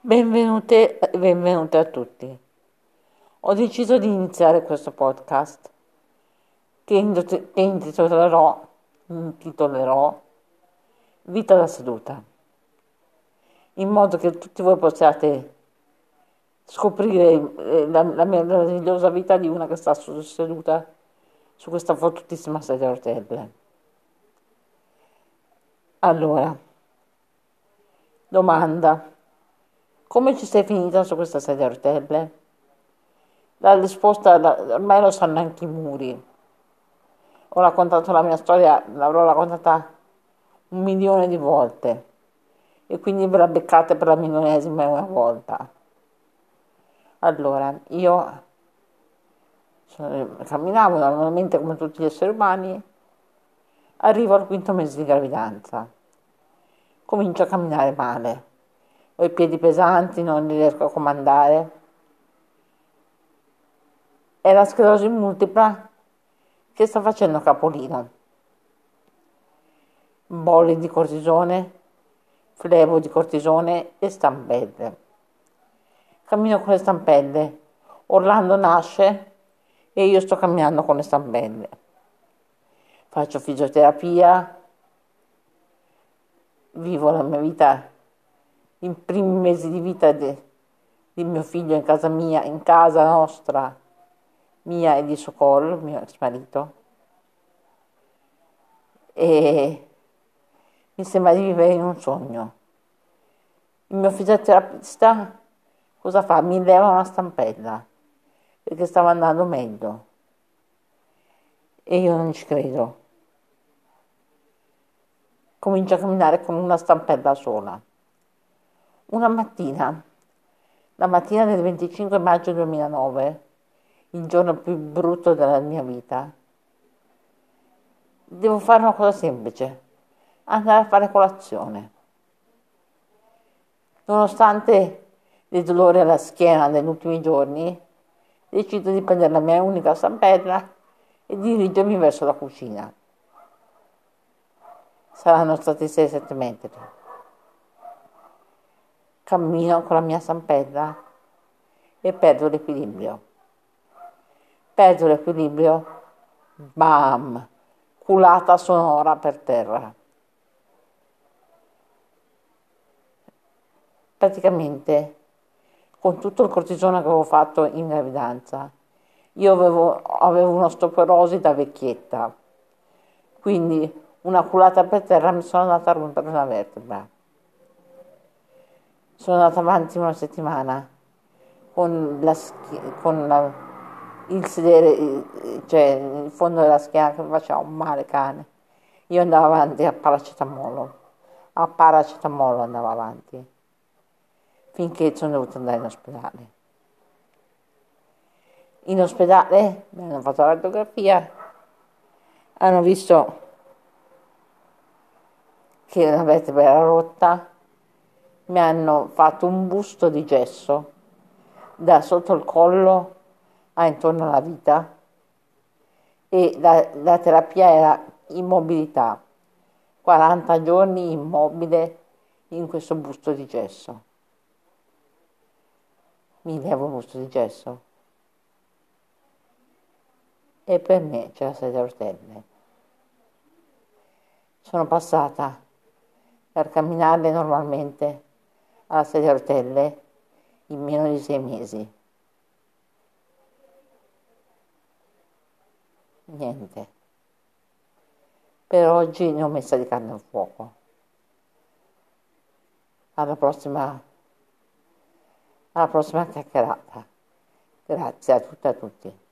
Benvenute e benvenute a tutti. Ho deciso di iniziare questo podcast che intitolerò Vita da seduta, in modo che tutti voi possiate scoprire la meravigliosa vita di una che sta seduta su questa fottutissima sedia a rotelle. Allora, domanda: come ci sei finita su questa sedia a rotelle? La risposta ormai lo sanno anche i muri. Ho raccontato la mia storia, l'avrò raccontata 1 milione di volte e quindi ve la beccate per la milionesima una volta. Allora, io camminavo normalmente come tutti gli esseri umani, arrivo al quinto mese di gravidanza, comincio a camminare male, ho i piedi pesanti, non li riesco a comandare. È la sclerosi multipla che sta facendo capolino. Bolli di cortisone, flebo di cortisone e stampelle. Cammino con le stampelle. Orlando nasce e io sto camminando con le stampelle. Faccio fisioterapia, vivo la mia vita, i primi mesi di vita di mio figlio in casa mia, in casa nostra, mia e di Socollo, mio ex marito. E mi sembra di vivere in un sogno. Il mio fisioterapista cosa fa? Mi leva una stampella perché stava andando meglio e io non ci credo. Comincio a camminare con una stampella sola. Una mattina, la mattina del 25 maggio 2009, il giorno più brutto della mia vita, devo fare una cosa semplice, andare a fare colazione. Nonostante i dolori alla schiena negli ultimi giorni, decido di prendere la mia unica stampella e dirigermi verso la cucina. Saranno stati 6-7 metri. Cammino con la mia stampella e perdo l'equilibrio. Perdo l'equilibrio, bam, culata sonora per terra. Praticamente, con tutto il cortisone che avevo fatto in gravidanza, io avevo un'osteoporosi da vecchietta, quindi una culata per terra mi sono andata a rompere una vertebra. Sono andata avanti una settimana con il sedere, cioè il fondo della schiena che mi faceva un male cane. Io andavo avanti a paracetamolo andavo avanti, finché sono dovuta andare in ospedale. In ospedale mi hanno fatto la radiografia, hanno visto che la vertebra era rotta, mi hanno fatto un busto di gesso da sotto il collo a intorno alla vita e la terapia era immobilità, 40 giorni immobile in questo busto di gesso. Mi levo il busto di gesso e per me c'è la sedia a rotelle. Sono passata per camminare normalmente alla sedia a rotelle in meno di 6 mesi. Niente. Per oggi ne ho messa di carne al fuoco. Alla prossima, alla prossima chiacchierata. Grazie a tutte e a tutti.